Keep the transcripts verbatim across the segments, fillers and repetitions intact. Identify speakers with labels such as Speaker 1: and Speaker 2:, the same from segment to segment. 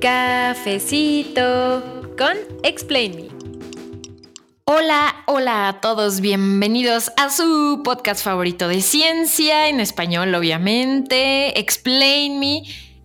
Speaker 1: Cafecito con Explain Me.
Speaker 2: Hola, hola a todos, bienvenidos a su podcast favorito de ciencia, en español obviamente, Explain Me.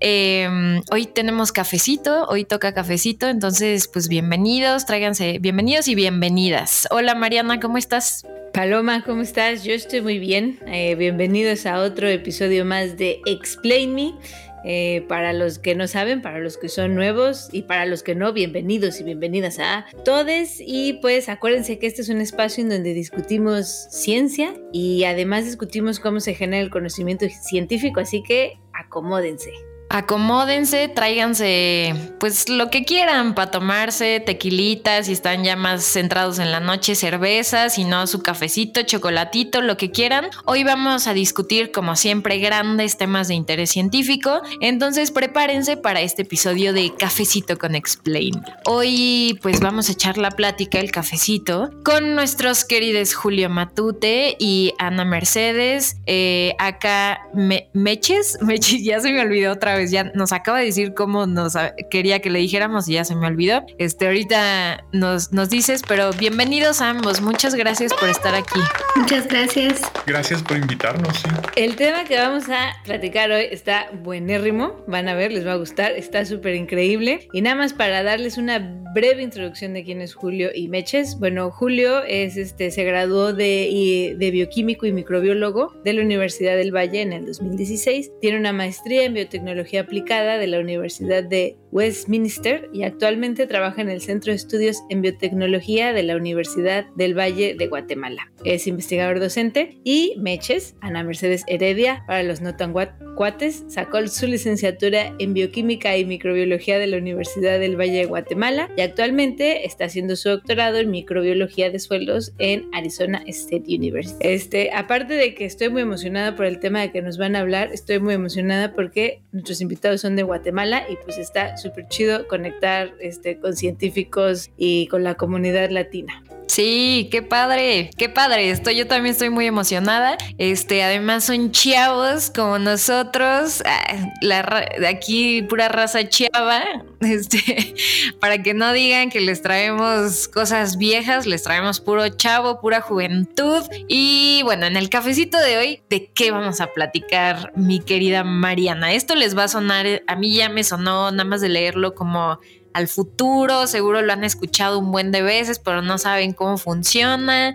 Speaker 2: Eh, hoy tenemos cafecito, hoy toca cafecito, entonces pues bienvenidos, tráiganse, bienvenidos y bienvenidas. Hola Mariana, ¿cómo estás?
Speaker 1: Paloma, ¿cómo estás? Yo estoy muy bien, eh, bienvenidos a otro episodio más de Explain Me. Eh, para los que no saben, para los que son nuevos y para los que no, bienvenidos y bienvenidas a todos. Y pues acuérdense que este es un espacio en donde discutimos ciencia y además discutimos cómo se genera el conocimiento científico, así que acomódense.
Speaker 2: Acomódense, tráiganse pues lo que quieran para tomarse, tequilitas, si están ya más centrados en la noche, cervezas, si no su cafecito, chocolatito, lo que quieran. Hoy vamos a discutir como siempre grandes temas de interés científico, entonces prepárense para este episodio de Cafecito con Explain. Hoy pues vamos a echar la plática, el cafecito, con nuestros queridos Julio Matute y Ana Mercedes, eh, acá me, Meches, Meches, ya se me olvidó otra vez. Ya nos acaba de decir cómo nos quería que le dijéramos y ya se me olvidó. Este, ahorita nos, nos dices, pero bienvenidos a ambos. Muchas gracias por estar aquí.
Speaker 3: Muchas gracias.
Speaker 4: Gracias por invitarnos. Sí.
Speaker 1: El tema que vamos a platicar hoy está buenérrimo. Van a ver, les va a gustar. Está súper increíble. Y nada más para darles una breve introducción de quién es Julio y Meches. Bueno, Julio es este, se graduó de, de bioquímico y microbiólogo de la Universidad del Valle en el dos mil dieciséis. Tiene una maestría en biotecnología aplicada de la Universidad de Westminster y actualmente trabaja en el Centro de Estudios en Biotecnología de la Universidad del Valle de Guatemala. Es investigador docente. Y Meches, Ana Mercedes Heredia, para los no tan cuates, sacó su licenciatura en Bioquímica y Microbiología de la Universidad del Valle de Guatemala y actualmente está haciendo su doctorado en Microbiología de Suelos en Arizona State University. Este, aparte de que estoy muy emocionada por el tema de que nos van a hablar, estoy muy emocionada porque nuestros invitados son de Guatemala y pues está súper chido conectar este, con científicos y con la comunidad latina.
Speaker 2: Sí, qué padre, qué padre. Estoy, yo también estoy muy emocionada. Este, además son chavos como nosotros. La, aquí pura raza chava. Este, para que no digan que les traemos cosas viejas, les traemos puro chavo, pura juventud. Y bueno, en el cafecito de hoy, ¿de qué vamos a platicar, mi querida Mariana? Esto les va a sonar, a mí ya me sonó nada más de leerlo como al futuro, seguro lo han escuchado un buen de veces, pero no saben cómo funciona.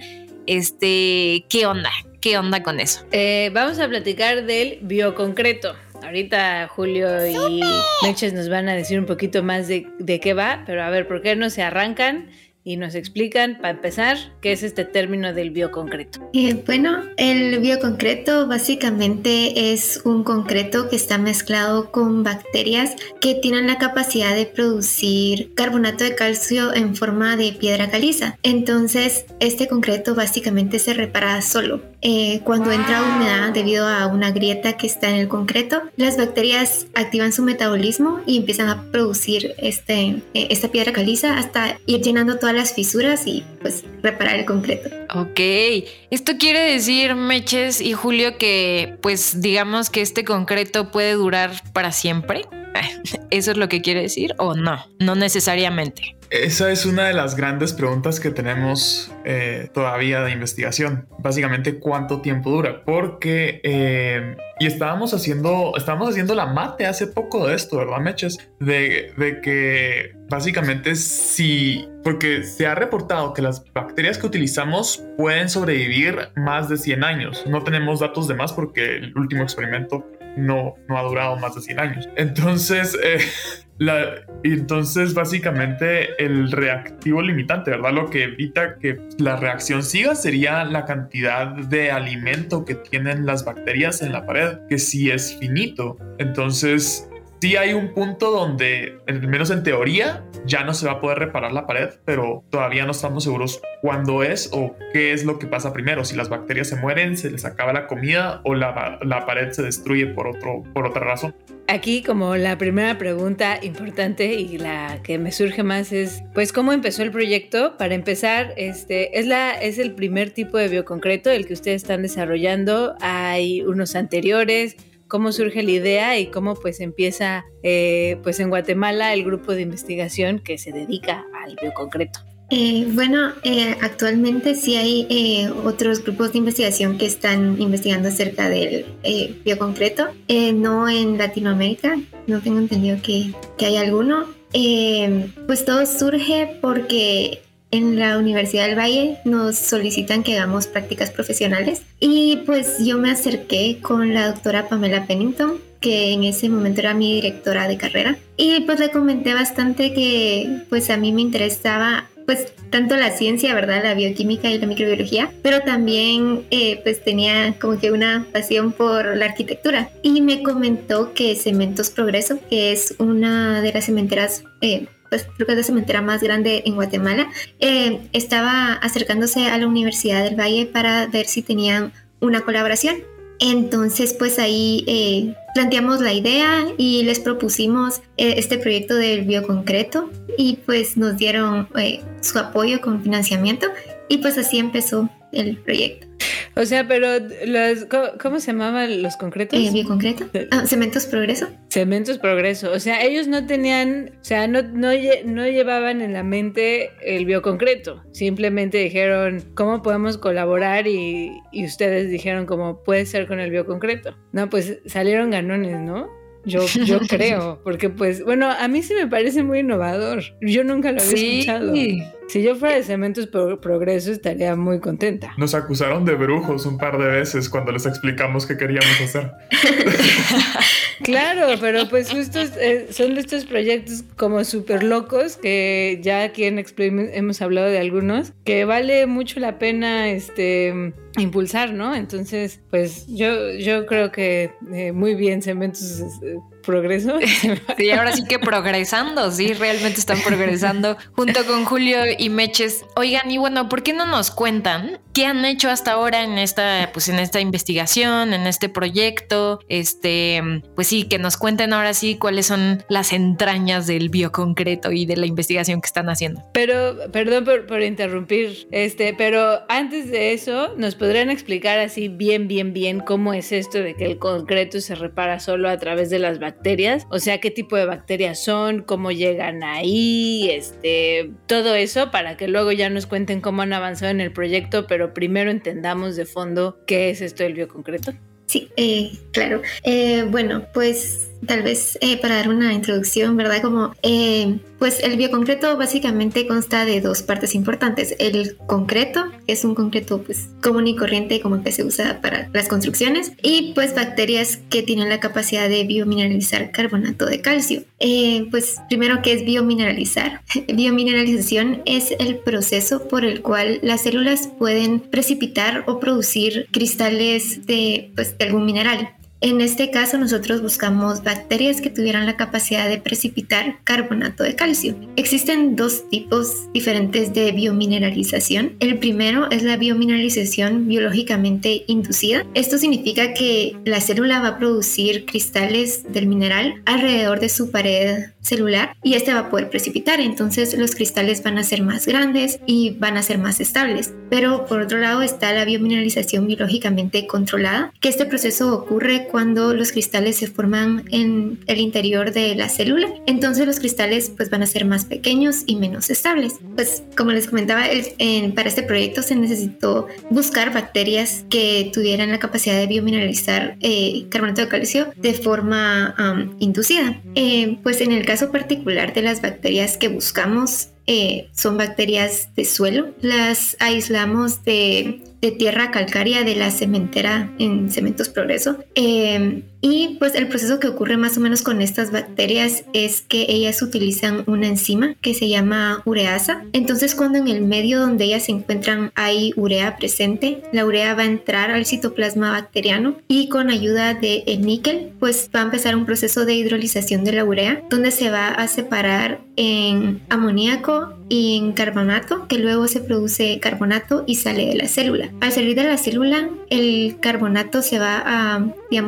Speaker 2: Este, ¿qué onda? ¿Qué onda con eso?
Speaker 1: Eh, vamos a platicar del bioconcreto. Ahorita Julio y Meches nos van a decir un poquito más de, de qué va, pero a ver, ¿por qué no se arrancan y nos explican, para empezar, qué es este término del bioconcreto?
Speaker 3: Eh, bueno, el bioconcreto básicamente es un concreto que está mezclado con bacterias que tienen la capacidad de producir carbonato de calcio en forma de piedra caliza. Entonces, este concreto básicamente se repara solo. Eh, cuando wow. entra humedad debido a una grieta que está en el concreto, las bacterias activan su metabolismo y empiezan a producir este, eh, esta piedra caliza hasta ir llenando todas las fisuras y pues reparar el concreto.
Speaker 2: Ok, esto quiere decir, Meches y Julio, que pues digamos que este concreto puede durar para siempre. ¿Eso es lo que quiere decir o no? No necesariamente.
Speaker 4: Esa es una de las grandes preguntas que tenemos eh, todavía de investigación. Básicamente, ¿cuánto tiempo dura? Porque, eh, y estábamos haciendo, estábamos haciendo la mate hace poco de esto, ¿verdad, Meches? De, de que básicamente sí, porque se ha reportado que las bacterias que utilizamos pueden sobrevivir más de cien años. No tenemos datos de más porque el último experimento no, no ha durado más de cien años. Entonces, eh, la, entonces básicamente el reactivo limitante, ¿verdad? Lo que evita que la reacción siga sería la cantidad de alimento que tienen las bacterias en la pared, que sí es finito. Entonces, sí hay un punto donde, al menos en teoría, ya no se va a poder reparar la pared, pero todavía no estamos seguros cuándo es o qué es lo que pasa primero. Si las bacterias se mueren, se les acaba la comida o la, la pared se destruye por, otro, por otra razón.
Speaker 1: Aquí como la primera pregunta importante y la que me surge más es, pues, ¿cómo empezó el proyecto? Para empezar, este, es, la, es el primer tipo de bioconcreto el que ustedes están desarrollando. Hay unos anteriores. cómo surge la idea y cómo pues empieza eh, pues en Guatemala el grupo de investigación que se dedica al bioconcreto.
Speaker 3: Eh, bueno, eh, actualmente sí hay eh, otros grupos de investigación que están investigando acerca del eh, bioconcreto, eh, no en Latinoamérica, no tengo entendido que, que hay alguno. Eh, pues todo surge porque en la Universidad del Valle nos solicitan que hagamos prácticas profesionales y pues yo me acerqué con la doctora Pamela Pennington, que en ese momento era mi directora de carrera, y pues le comenté bastante que pues a mí me interesaba pues tanto la ciencia, ¿verdad? La bioquímica y la microbiología, pero también eh, pues tenía como que una pasión por la arquitectura. Y me comentó que Cementos Progreso, que es una de las cementeras, eh, pues creo que es la cementera más grande en Guatemala, eh, estaba acercándose a la Universidad del Valle para ver si tenían una colaboración. Entonces pues ahí eh, planteamos la idea y les propusimos eh, este proyecto del bioconcreto y pues nos dieron eh, su apoyo con financiamiento y pues así empezó el proyecto.
Speaker 1: O sea, pero los, ¿cómo, ¿cómo se llamaban los concretos?
Speaker 3: Eh, bioconcreto. Ah, Cementos Progreso.
Speaker 1: Cementos Progreso. O sea, ellos no tenían, o sea, no, no, no llevaban en la mente el bioconcreto. Simplemente dijeron, ¿cómo podemos colaborar? Y, y ustedes dijeron, ¿cómo puede ser con el bioconcreto? No, pues salieron ganones, ¿no? Yo, yo creo, porque pues, bueno, a mí sí me parece muy innovador. Yo nunca lo había sí. escuchado. Si yo fuera de Cementos Progreso estaría muy contenta.
Speaker 4: Nos acusaron de brujos un par de veces cuando les explicamos qué queríamos hacer.
Speaker 1: Claro, pero pues justo eh, son de estos proyectos como súper locos que ya aquí en Explore hemos hablado de algunos, que vale mucho la pena este impulsar, ¿no? Entonces, pues yo, yo creo que eh, muy bien Cementos eh, Progreso.
Speaker 2: Sí, ahora sí que progresando, sí, realmente están progresando junto con Julio y Meches. Oigan, y bueno, ¿por qué no nos cuentan qué han hecho hasta ahora en esta, pues en esta investigación, en este proyecto? Este, pues sí, que nos cuenten ahora sí cuáles son las entrañas del bioconcreto y de la investigación que están haciendo.
Speaker 1: Pero, perdón por, por interrumpir, este, pero antes de eso, ¿nos podrían explicar así bien, bien, bien cómo es esto de que el concreto se repara solo a través de las bacterias? O sea, ¿qué tipo de bacterias son? ¿Cómo llegan ahí? Este, todo eso para que luego ya nos cuenten cómo han avanzado en el proyecto, pero primero entendamos de fondo qué es esto del bioconcreto.
Speaker 3: Sí, eh, claro. Eh, bueno, pues tal vez eh, para dar una introducción, ¿verdad? Como, eh, pues el bioconcreto básicamente consta de dos partes importantes. El concreto, que es un concreto pues común y corriente como que se usa para las construcciones, y pues bacterias que tienen la capacidad de biomineralizar carbonato de calcio. Eh, pues primero, ¿qué es biomineralizar? Biomineralización es el proceso por el cual las células pueden precipitar o producir cristales de, pues, de algún mineral. En este caso nosotros buscamos bacterias que tuvieran la capacidad de precipitar carbonato de calcio. Existen dos tipos diferentes de biomineralización. El primero es la biomineralización biológicamente inducida. Esto significa que la célula va a producir cristales del mineral alrededor de su pared celular y este va a poder precipitar. Entonces los cristales van a ser más grandes y van a ser más estables. Pero por otro lado está la biomineralización biológicamente controlada, que este proceso ocurre cuando los cristales se forman en el interior de la célula. Entonces los cristales pues van a ser más pequeños y menos estables. Pues como les comentaba, el, en, para este proyecto se necesitó buscar bacterias que tuvieran la capacidad de biomineralizar eh, carbonato de calcio de forma um, inducida. Eh, pues en el caso particular de las bacterias que buscamos, eh, son bacterias de suelo. Las aislamos de de tierra calcárea de la cementera en Cementos Progreso. Eh, y pues el proceso que ocurre más o menos con estas bacterias es que ellas utilizan una enzima que se llama ureasa. Entonces cuando en el medio donde ellas se encuentran hay urea presente, la urea va a entrar al citoplasma bacteriano y con ayuda del níquel pues va a empezar un proceso de hidrolización de la urea donde se va a separar en amoníaco y en carbonato, que luego se produce carbonato y sale de la célula. Al salir de la célula, el carbonato se va a, digamos,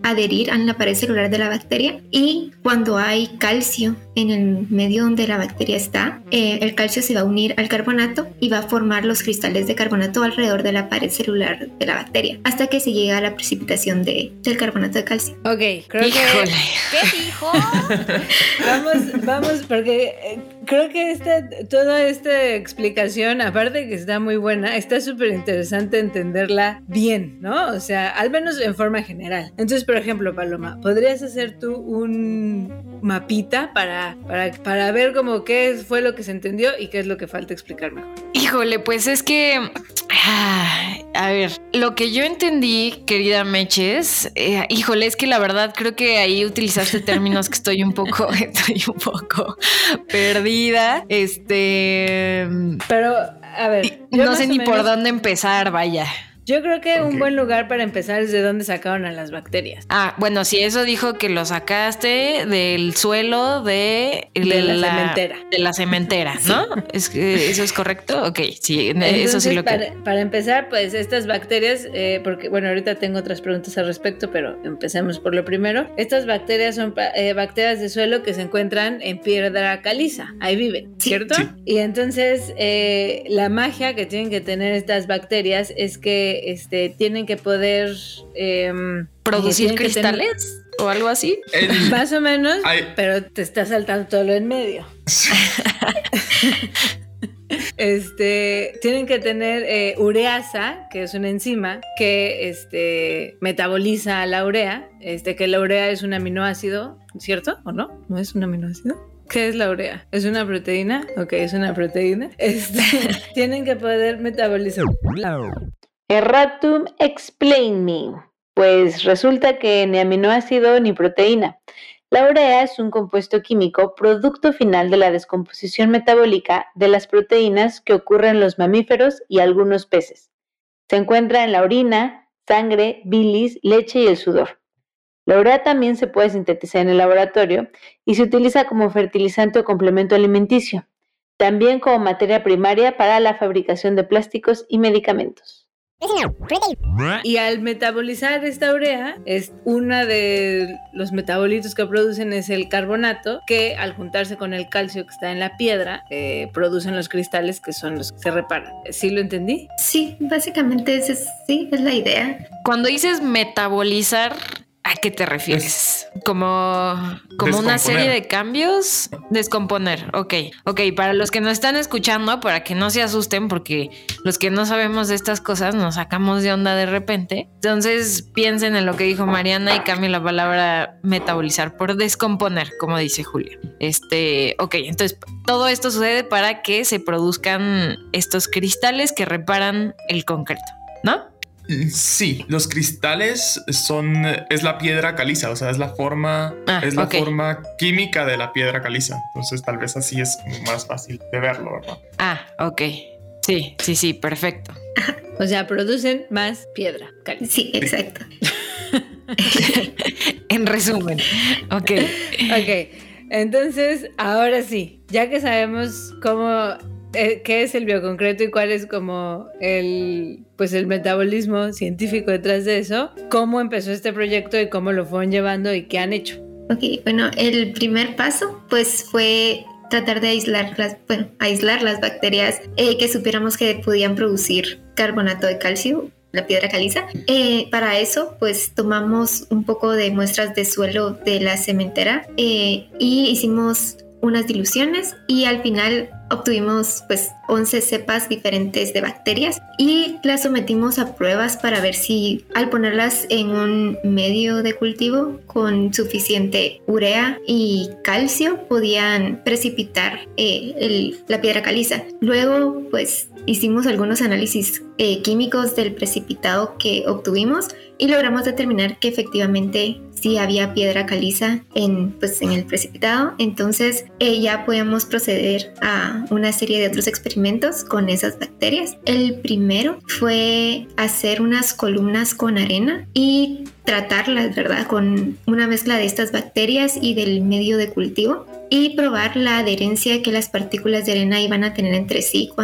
Speaker 3: adherir a la pared celular de la bacteria, y cuando hay calcio en el medio donde la bacteria está, eh, el calcio se va a unir al carbonato y va a formar los cristales de carbonato alrededor de la pared celular de la bacteria hasta que se llega a la precipitación de, del carbonato de calcio.
Speaker 1: Ok, creo
Speaker 2: Híjole.
Speaker 1: que...
Speaker 2: ¿Qué dijo?
Speaker 1: Vamos, vamos, porque eh, creo que esta, toda esta explicación, aparte de que está muy buena, está súper interesante entenderla bien, ¿no? O sea, al menos en forma general. Entonces, por ejemplo, Paloma, ¿podrías hacer tú un mapita para, para, para ver como qué fue lo que se entendió y qué es lo que falta explicar mejor?
Speaker 2: Híjole, pues es que... ah, a ver, lo que yo entendí, querida Meches, eh, híjole, es que la verdad creo que ahí utilizaste términos que estoy un poco, estoy un poco perdida. Este...
Speaker 1: Pero, a ver... yo
Speaker 2: No sé ni
Speaker 1: menos...
Speaker 2: por dónde empezar, vaya.
Speaker 1: Yo creo que
Speaker 4: okay.
Speaker 1: un buen lugar para empezar es de dónde sacaron a las bacterias.
Speaker 2: Ah, bueno, sí, eso dijo que lo sacaste del suelo de,
Speaker 1: de la, la cementera.
Speaker 2: De la cementera, ¿no? Sí. ¿Es que ¿Eso es correcto? Ok, sí, Entonces, eso sí lo
Speaker 1: para,
Speaker 2: que...
Speaker 1: Para empezar, pues estas bacterias, eh, porque bueno, ahorita tengo otras preguntas al respecto, pero empecemos por lo primero. Estas bacterias son eh, bacterias de suelo que se encuentran en piedra caliza, ahí viven, ¿cierto? Sí. Y entonces eh, la magia que tienen que tener estas bacterias es que Este, tienen que poder eh,
Speaker 2: producir cristales tener... o algo así.
Speaker 1: El... Más o menos, Ay. pero te está saltando todo lo en medio. Este, tienen que tener eh, ureasa, que es una enzima que este, metaboliza la urea, este, que la urea es un aminoácido, ¿cierto? ¿O no? ¿No es un aminoácido? ¿Qué es la urea? ¿Es una proteína? Ok, es una proteína. Este, tienen que poder metabolizar.
Speaker 5: Erratum explain me. Pues resulta que ni aminoácido ni proteína. La urea es un compuesto químico producto final de la descomposición metabólica de las proteínas que ocurre en los mamíferos y algunos peces. Se encuentra en la orina, sangre, bilis, leche y el sudor. La urea también se puede sintetizar en el laboratorio y se utiliza como fertilizante o complemento alimenticio, también como materia primaria para la fabricación de plásticos y medicamentos.
Speaker 1: Y al metabolizar esta urea, es una de los metabolitos que producen es el carbonato, que al juntarse con el calcio que está en la piedra, eh, producen los cristales que son los que se reparan. ¿Sí lo entendí?
Speaker 3: Sí, básicamente ese es, sí, es la idea.
Speaker 2: Cuando dices metabolizar, ¿a qué te refieres? Como, como una serie de cambios. Descomponer, ok. Ok, para los que nos están escuchando, para que no se asusten, porque los que no sabemos de estas cosas nos sacamos de onda de repente. Entonces piensen en lo que dijo Mariana y cambien la palabra metabolizar por descomponer, como dice Julia. Este, ok, entonces todo esto sucede para que se produzcan estos cristales que reparan el concreto, ¿no?
Speaker 4: Sí, los cristales son es la piedra caliza, o sea, es la forma ah, es la okay. forma química de la piedra caliza. Entonces, tal vez así es más fácil de verlo, ¿verdad?
Speaker 2: Ah, ok. Sí, sí, sí, perfecto.
Speaker 1: O sea, producen más piedra caliza.
Speaker 3: Sí, exacto.
Speaker 2: En resumen, ok.
Speaker 1: Ok, entonces, ahora sí, ya que sabemos cómo qué es el bioconcreto y cuál es como el, pues el metabolismo científico detrás de eso, cómo empezó este proyecto y cómo lo fueron llevando y qué han hecho.
Speaker 3: Ok, bueno, el primer paso pues fue tratar de aislar las, bueno, aislar las bacterias eh, que supiéramos que podían producir carbonato de calcio, la piedra caliza. Eh, para eso pues tomamos un poco de muestras de suelo de la cementera eh, y hicimos unas diluciones y al final obtuvimos pues once cepas diferentes de bacterias y las sometimos a pruebas para ver si al ponerlas en un medio de cultivo con suficiente urea y calcio podían precipitar eh, el, la piedra caliza. Luego pues hicimos algunos análisis eh, químicos del precipitado que obtuvimos y logramos determinar que efectivamente sí había piedra caliza en, pues, en el precipitado. Entonces eh, ya podíamos proceder a una serie de otros experimentos con esas bacterias. El primero fue hacer unas columnas con arena y tratarlas, ¿verdad?, con una mezcla de estas bacterias y del medio de cultivo y probar la adherencia que las partículas de arena iban a tener entre sí cuando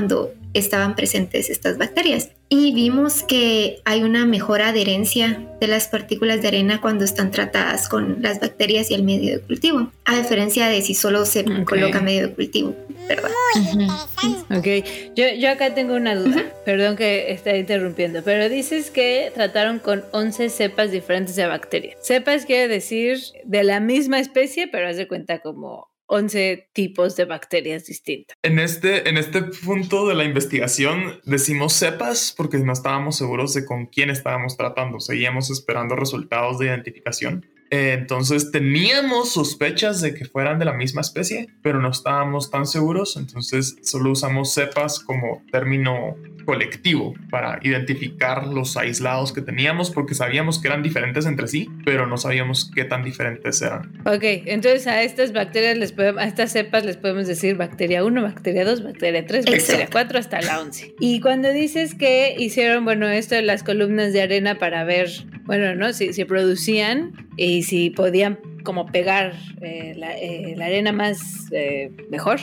Speaker 3: estaban presentes estas bacterias. Y vimos que hay una mejor adherencia de las partículas de arena cuando están tratadas con las bacterias y el medio de cultivo, a diferencia de si solo se okay. coloca medio de cultivo, ¿verdad?
Speaker 1: Uh-huh. Ok, yo, yo acá tengo una duda, uh-huh. perdón que esté interrumpiendo, pero dices que trataron con once cepas diferentes de bacterias. Cepas quiere decir de la misma especie, pero haz de cuenta como once tipos de bacterias distintas.
Speaker 4: En este, en este punto de la investigación decimos cepas porque no estábamos seguros de con quién estábamos tratando. Seguíamos esperando resultados de identificación. Eh, entonces teníamos sospechas de que fueran de la misma especie, pero no estábamos tan seguros. Entonces solo usamos cepas como término colectivo para identificar los aislados que teníamos, porque sabíamos que eran diferentes entre sí, pero no sabíamos qué tan diferentes eran.
Speaker 1: Ok, entonces a estas bacterias les podemos, a estas cepas les podemos decir bacteria uno, bacteria dos, bacteria tres, bacteria cuatro hasta la once. Y cuando dices que hicieron, bueno, esto de las columnas de arena para ver, bueno, ¿no? Si, si producían y si podían como pegar eh, la, eh, la arena más eh, mejor.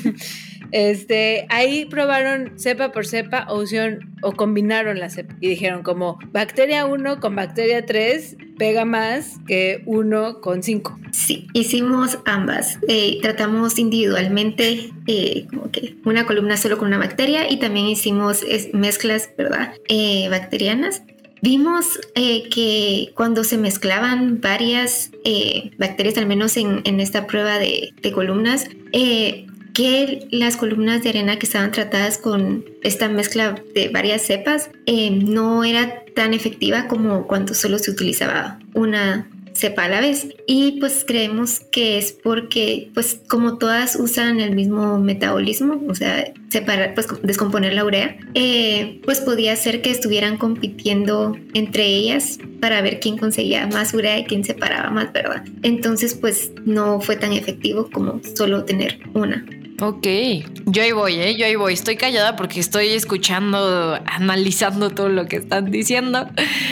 Speaker 1: Este, ahí probaron cepa por cepa o, usaron, o combinaron la cepa y dijeron como bacteria uno con bacteria tres pega más que uno con cinco.
Speaker 3: Sí, hicimos ambas. Eh, tratamos individualmente eh, como que una columna solo con una bacteria y también hicimos es, mezclas, ¿verdad? Eh, bacterianas. Vimos eh, que cuando se mezclaban varias eh, bacterias, al menos en, en esta prueba de, de columnas, eh, que las columnas de arena que estaban tratadas con esta mezcla de varias cepas eh, no era tan efectiva como cuando solo se utilizaba una cepa a la vez. Y pues creemos que es porque pues como todas usan el mismo metabolismo, o sea, separar, pues descomponer la urea, eh, pues podía ser que estuvieran compitiendo entre ellas para ver quién conseguía más urea y quién separaba más, ¿verdad? Entonces pues no fue tan efectivo como solo tener una.
Speaker 2: Ok, yo ahí voy, ¿eh? Yo ahí voy. Estoy callada porque estoy escuchando, analizando todo lo que están diciendo.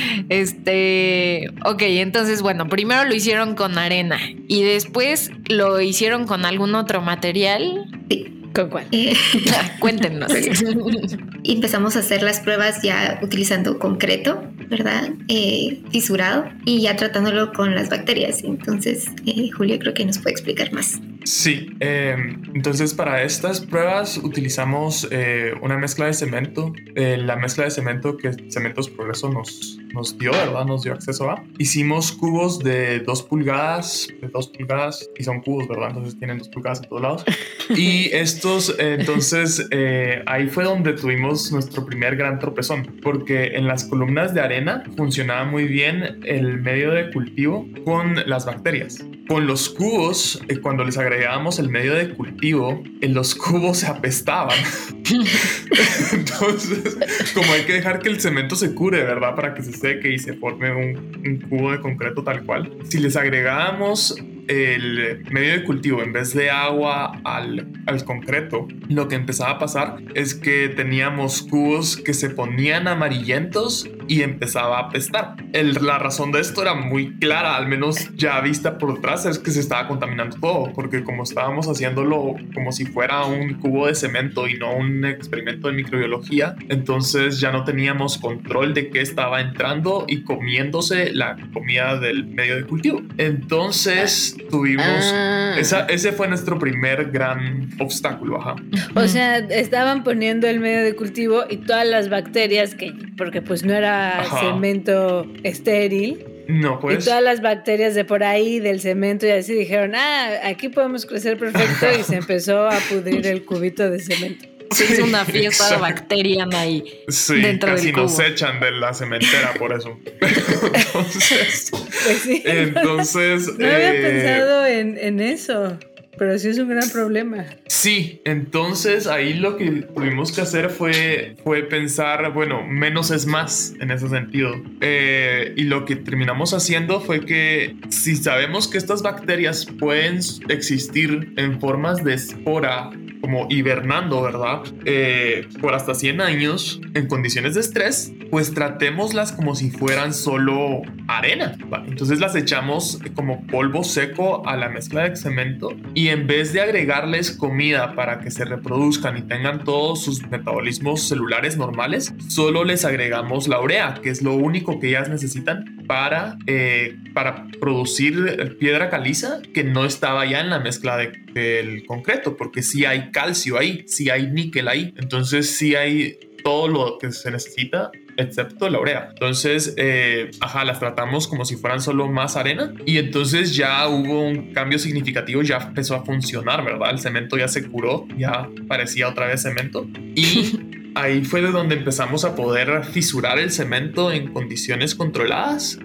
Speaker 2: Este, ok, entonces, bueno, primero lo hicieron con arena y después lo hicieron con algún otro material.
Speaker 3: Sí.
Speaker 1: ¿Con cuál?
Speaker 3: Eh,
Speaker 2: Cuéntenos.
Speaker 3: Y empezamos a hacer las pruebas ya utilizando concreto, ¿verdad? Eh, fisurado y ya tratándolo con las bacterias. Entonces, eh, Julio creo que nos puede explicar más.
Speaker 4: Sí, eh, entonces para estas pruebas utilizamos eh, una mezcla de cemento, eh, la mezcla de cemento que Cementos Progreso nos, nos dio, ¿verdad? Nos dio acceso a. Hicimos cubos de dos pulgadas, de dos pulgadas, y son cubos, ¿verdad? Entonces tienen dos pulgadas en todos lados. Y estos, eh, entonces, eh, ahí fue donde tuvimos nuestro primer gran tropezón, porque en las columnas de arena funcionaba muy bien el medio de cultivo con las bacterias. Con los cubos, eh, cuando les agregábamos el medio de cultivo, en los cubos se apestaban. Entonces, como hay que dejar que el cemento se cure, ¿verdad? Para que se seque y se forme un, un cubo de concreto tal cual. Si les agregábamos el medio de cultivo en vez de agua al, al concreto, lo que empezaba a pasar es que teníamos cubos que se ponían amarillentos y empezaba a apestar. El, la razón de esto era muy clara, al menos ya vista por detrás, es que se estaba contaminando todo, porque como estábamos haciéndolo como si fuera un cubo de cemento y no un experimento de microbiología, entonces ya no teníamos control de qué estaba entrando y comiéndose la comida del medio de cultivo. Entonces tuvimos ah. esa, ese fue nuestro primer gran obstáculo. Ajá.
Speaker 1: O sea, estaban poniendo el medio de cultivo y todas las bacterias que, porque pues no era ajá. cemento estéril.
Speaker 4: No, pues.
Speaker 1: Y todas las bacterias de por ahí, del cemento y así dijeron, ah, aquí podemos crecer perfecto, y se empezó a pudrir el cubito de cemento.
Speaker 2: Sí, es una fiesta exacto. bacteriana ahí.
Speaker 4: Sí, dentro casi del cubo. Nos echan de la cementera por eso. Entonces,
Speaker 1: pues sí,
Speaker 4: entonces
Speaker 1: no, no había eh, pensado en, en eso. Pero sí es un gran problema.
Speaker 4: Sí, entonces ahí lo que tuvimos que hacer fue, fue pensar, bueno, menos es más en ese sentido. Eh, y lo que terminamos haciendo fue que si sabemos que estas bacterias pueden existir en formas de espora como hibernando, ¿verdad? Eh, por hasta cien años en condiciones de estrés, pues tratémoslas como si fueran solo arena, ¿vale? Entonces las echamos como polvo seco a la mezcla de cemento y en vez de agregarles comida para que se reproduzcan y tengan todos sus metabolismos celulares normales, solo les agregamos la urea, que es lo único que ellas necesitan para, eh, para producir piedra caliza que no estaba ya en la mezcla de, del concreto, porque sí hay calcio ahí, sí hay níquel ahí, entonces sí hay todo lo que se necesita excepto la urea. Entonces, eh, ajá, las tratamos como si fueran solo más arena y entonces ya hubo un cambio significativo, ya empezó a funcionar, ¿verdad? El cemento ya se curó, ya parecía otra vez cemento y ahí fue de donde empezamos a poder fisurar el cemento en condiciones controladas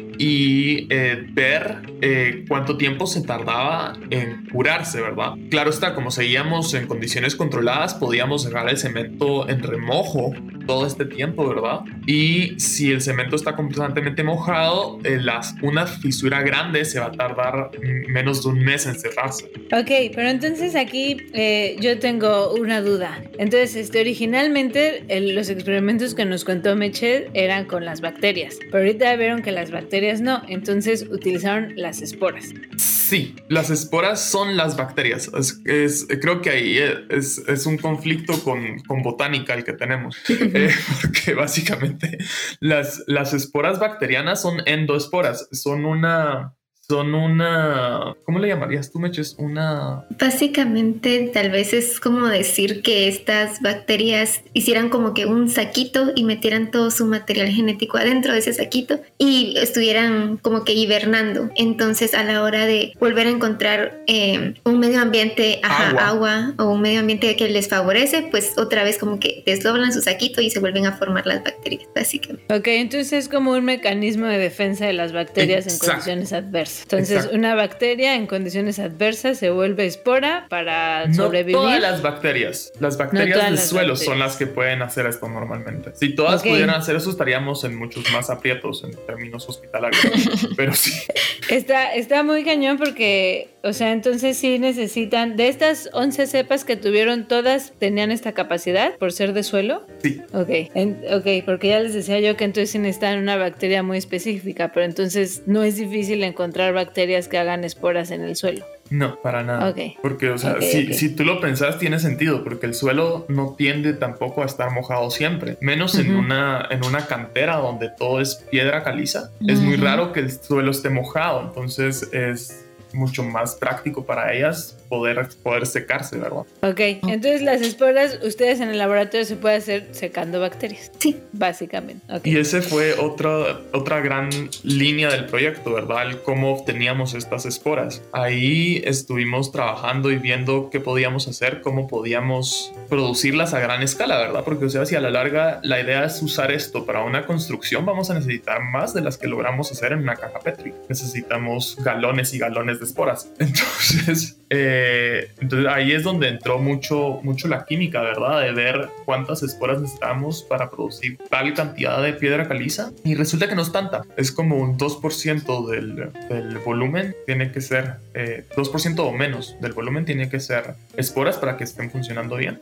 Speaker 4: y eh, ver eh, cuánto tiempo se tardaba en curarse, ¿verdad? Claro está, como seguíamos en condiciones controladas, podíamos dejar el cemento en remojo todo este tiempo, ¿verdad? Y si el cemento está constantemente mojado, eh, las, una fisura grande se va a tardar menos de un mes en cerrarse.
Speaker 1: Ok, pero entonces aquí eh, yo tengo una duda. Entonces, este, originalmente el, los experimentos que nos contó Meche eran con las bacterias, pero ahorita vieron que las bacterias no, entonces utilizaron las esporas.
Speaker 4: Sí, las esporas son las bacterias. Es, es, creo que ahí es, es un conflicto con, con botánica el que tenemos, eh, porque básicamente las, las esporas bacterianas son endoesporas, son una... Son una... ¿Cómo le llamarías tú, Meches? Una...
Speaker 3: Básicamente, tal vez es como decir que estas bacterias hicieran como que un saquito y metieran todo su material genético adentro de ese saquito y estuvieran como que hibernando. Entonces, a la hora de volver a encontrar eh, un medio ambiente, ajá, agua. agua o un medio ambiente que les favorece, pues otra vez como que desdoblan su saquito y se vuelven a formar las bacterias, básicamente.
Speaker 1: Ok, entonces es como un mecanismo de defensa de las bacterias Exacto. en condiciones adversas. Entonces, Exacto. una bacteria en condiciones adversas se vuelve espora para
Speaker 4: no
Speaker 1: sobrevivir.
Speaker 4: No todas las bacterias. Las bacterias no del suelo bacterias. son las que pueden hacer esto normalmente. Si todas okay. pudieran hacer eso, estaríamos en muchos más aprietos en términos hospitalarios. Pero sí.
Speaker 1: Está, está muy cañón porque, o sea, entonces sí necesitan... De estas once cepas que tuvieron, ¿todas tenían esta capacidad por ser de suelo?
Speaker 4: Sí.
Speaker 1: Ok, en, ok, porque ya les decía yo que entonces sí necesitan una bacteria muy específica, pero entonces no es difícil encontrar bacterias que hagan esporas en el suelo.
Speaker 4: No, para nada.
Speaker 1: Okay.
Speaker 4: Porque, o sea, okay, si, okay. si tú lo pensás, tiene sentido, porque el suelo no tiende tampoco a estar mojado siempre, menos uh-huh. en, una, en una cantera donde todo es piedra caliza. Uh-huh. Es muy raro que el suelo esté mojado, entonces es mucho más práctico para ellas poder, poder secarse, ¿verdad?
Speaker 1: Ok, entonces las esporas, ustedes en el laboratorio se puede hacer secando bacterias.
Speaker 3: Sí.
Speaker 1: Básicamente. Okay.
Speaker 4: Y ese fue otra, otra gran línea del proyecto, ¿verdad? El cómo obteníamos estas esporas. Ahí estuvimos trabajando y viendo qué podíamos hacer, cómo podíamos producirlas a gran escala, ¿verdad? Porque, o sea, si a la larga la idea es usar esto para una construcción, vamos a necesitar más de las que logramos hacer en una caja Petri. Necesitamos galones y galones de esporas. Entonces, eh, entonces ahí es donde entró mucho, mucho la química, ¿verdad? De ver cuántas esporas necesitamos para producir tal cantidad de piedra caliza. Y resulta que no es tanta. Es como un dos por ciento del, del volumen tiene que ser, eh, dos por ciento o menos del volumen tiene que ser esporas para que estén funcionando bien.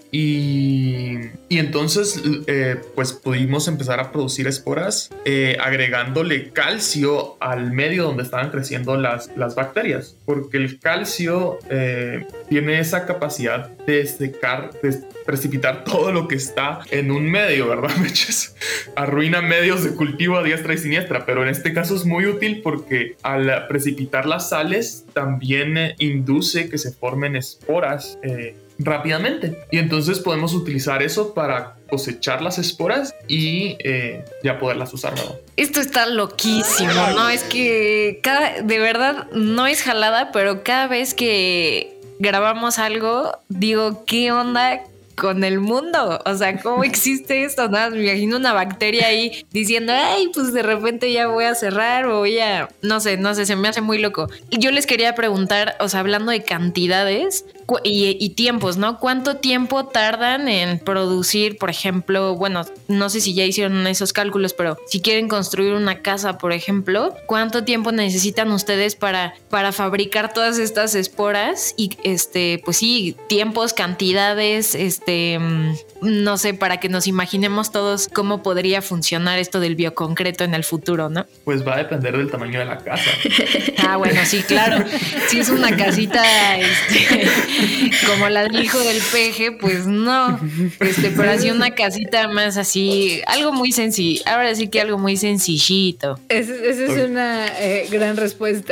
Speaker 4: Y, y entonces, eh, pues pudimos empezar a producir esporas eh, agregándole calcio al medio donde estaban creciendo las, las bacterias. Porque el calcio eh, tiene esa capacidad de secar, de precipitar todo lo que está en un medio, ¿verdad, Meches? Arruina medios de cultivo a diestra y siniestra, pero en este caso es muy útil porque al precipitar las sales también eh, induce que se formen esporas eh, rápidamente. Y entonces podemos utilizar eso para cosechar las esporas y eh, ya poderlas usar, ¿no?
Speaker 2: Esto está loquísimo, ¿no? Es que cada, de verdad no es jalada, pero cada vez que grabamos algo, digo, ¿qué onda con el mundo? O sea, ¿cómo existe esto? Nada, me imagino una bacteria ahí diciendo, ay, pues de repente ya voy a cerrar o voy a... No sé, no sé, se me hace muy loco. Y yo les quería preguntar, o sea, hablando de cantidades, y, y tiempos, ¿no? ¿Cuánto tiempo tardan en producir, por ejemplo, bueno, no sé si ya hicieron esos cálculos, pero si quieren construir una casa, por ejemplo, ¿cuánto tiempo necesitan ustedes para, para fabricar todas estas esporas? Y este, pues sí, tiempos, cantidades, este, no sé, para que nos imaginemos todos cómo podría funcionar esto del bioconcreto en el futuro, ¿no?
Speaker 4: Pues va a depender del tamaño de la casa.
Speaker 2: Ah, bueno, sí, claro. Si es una casita este, como la del hijo del peje, pues no. Este, pero así una casita más así, algo muy sencillo. Ahora sí que algo muy sencillito.
Speaker 1: Esa es una eh, gran respuesta.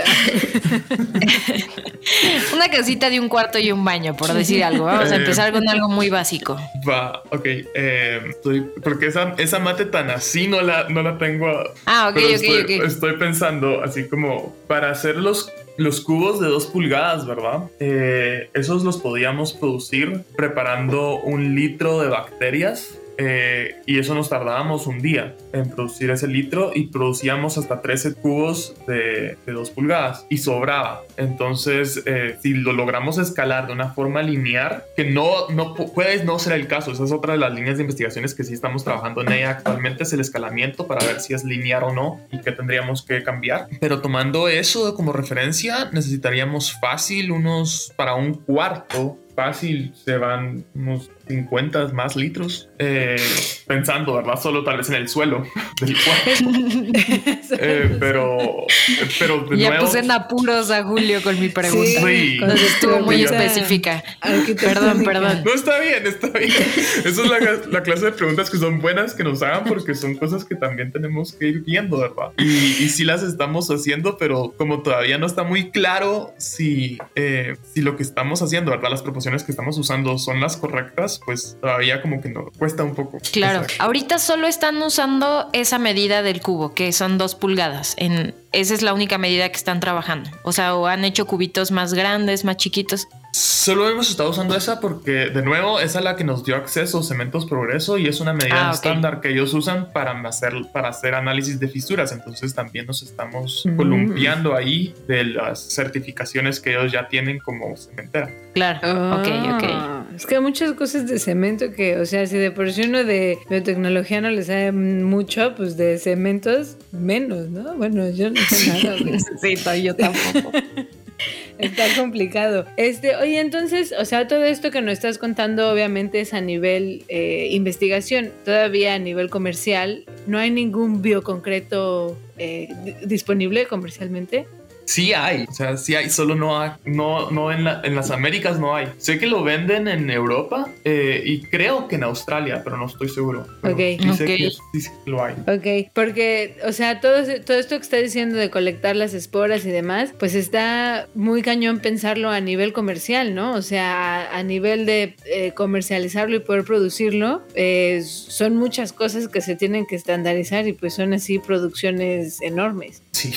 Speaker 2: Una casita de un cuarto y un baño, por decir algo. Vamos a empezar con algo muy básico.
Speaker 4: Va, ok. Eh, estoy, porque esa, esa mate tan así no la, no la tengo.
Speaker 2: Ah, ok,
Speaker 4: pero
Speaker 2: ok,
Speaker 4: estoy,
Speaker 2: ok.
Speaker 4: Estoy pensando así como para hacer los, los cubos de dos pulgadas, ¿verdad? Eh, esos los podíamos producir preparando un litro de bacterias. Eh, y eso nos tardábamos un día en producir ese litro y producíamos hasta trece cubos de, de dos pulgadas y sobraba. Entonces, eh, si lo logramos escalar de una forma lineal, que no, no puede no ser el caso, esa es otra de las líneas de investigaciones que sí estamos trabajando en ella actualmente, es el escalamiento para ver si es lineal o no y qué tendríamos que cambiar. Pero tomando eso como referencia, necesitaríamos fácil unos, para un cuarto, fácil se van unos cincuenta más litros, eh, pensando, ¿verdad? Solo tal vez en el suelo del cuarto. eh, pero, pero de
Speaker 2: ya
Speaker 4: nuevo...
Speaker 2: puse en apuros a Julio con mi pregunta.
Speaker 4: Sí.
Speaker 2: Entonces estuvo muy específica. Perdón, perdón.
Speaker 4: No, está bien, está bien. Esa es la, la clase de preguntas que son buenas que nos hagan porque son cosas que también tenemos que ir viendo, ¿verdad? Y, y sí las estamos haciendo, pero como todavía no está muy claro si, eh, si lo que estamos haciendo, ¿verdad? Las proporciones que estamos usando son las correctas, pues todavía como que no cuesta un poco.
Speaker 2: Claro,
Speaker 4: Exacto.
Speaker 2: Ahorita solo están usando esa medida del cubo, que son dos pulgadas. En, esa es la única medida que están trabajando. O sea, o han hecho cubitos más grandes, más chiquitos.
Speaker 4: Solo hemos estado usando esa porque, de nuevo, esa es la que nos dio acceso Cementos Progreso y es una medida
Speaker 2: ah,
Speaker 4: estándar
Speaker 2: okay.
Speaker 4: que ellos usan para hacer, para hacer análisis de fisuras. Entonces también nos estamos mm. columpiando ahí de las certificaciones que ellos ya tienen como cementera.
Speaker 2: Claro,
Speaker 1: oh,
Speaker 2: ok, ok.
Speaker 1: Es que hay muchas cosas de cemento que, o sea, si de por sí uno de biotecnología no le sabe mucho, pues de cementos menos, ¿no? Bueno, yo no sé nada.
Speaker 2: Sí, yo tampoco.
Speaker 1: Está complicado. Este, oye, entonces, o sea, todo esto que nos estás contando obviamente es a nivel eh, investigación. Todavía a nivel comercial, ¿no hay ningún bioconcreto eh, d- disponible comercialmente?
Speaker 4: Sí hay, o sea, sí hay, solo no hay, no, no en, la, en las Américas no hay. Sé que lo venden en Europa eh, y creo que en Australia, pero no estoy seguro. Pero
Speaker 1: Ok,
Speaker 4: sí sé
Speaker 2: okay.
Speaker 4: que sí, sí lo hay.
Speaker 1: Ok, porque, o sea, todo, todo esto que está diciendo de colectar las esporas y demás, pues está muy cañón pensarlo a nivel comercial, ¿no? O sea, a, a nivel de eh, comercializarlo y poder producirlo, eh, son muchas cosas que se tienen que estandarizar y pues son así producciones enormes.
Speaker 4: Sí,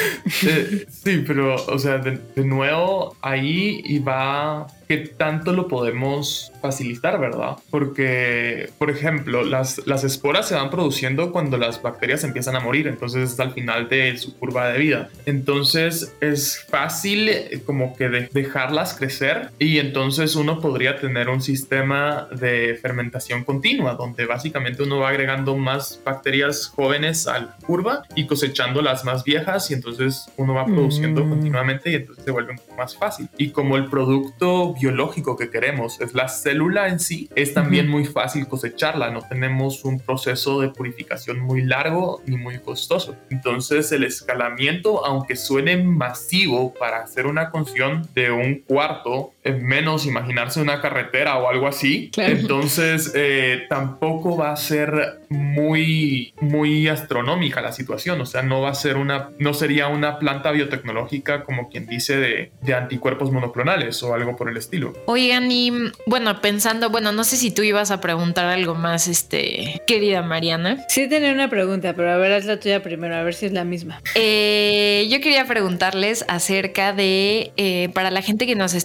Speaker 4: eh, sí, pero, o sea, de, de nuevo, ahí y va qué tanto lo podemos facilitar, ¿verdad? Porque, por ejemplo, las, las esporas se van produciendo cuando las bacterias empiezan a morir, entonces es al final de su curva de vida. Entonces es fácil eh, como que de, dejarlas crecer y entonces uno podría tener un sistema de fermentación continua, donde básicamente uno va agregando más bacterias jóvenes a la curva y cosechando las más viejas y entonces uno va produciendo mm. continuamente y entonces se vuelve un poco más fácil. Y como el producto biológico que queremos es la célula en sí, es también uh-huh. muy fácil cosecharla, no tenemos un proceso de purificación muy largo ni muy costoso. Entonces el escalamiento, aunque suene masivo para hacer una construcción de un cuarto, es menos imaginarse una carretera o algo así, claro. Entonces eh, tampoco va a ser muy, muy astronómica la situación, o sea, no va a ser una, no sería una planta biotecnológica como quien dice de, de anticuerpos monoclonales o algo por el estilo.
Speaker 2: Oigan, y bueno, pensando, bueno, no sé si tú ibas a preguntar algo más, este, querida Mariana.
Speaker 1: Sí tenía una pregunta, pero a ver, haz la tuya primero, a ver si es la misma.
Speaker 2: Eh, yo quería preguntarles acerca de, eh, para la gente que nos está escuchando,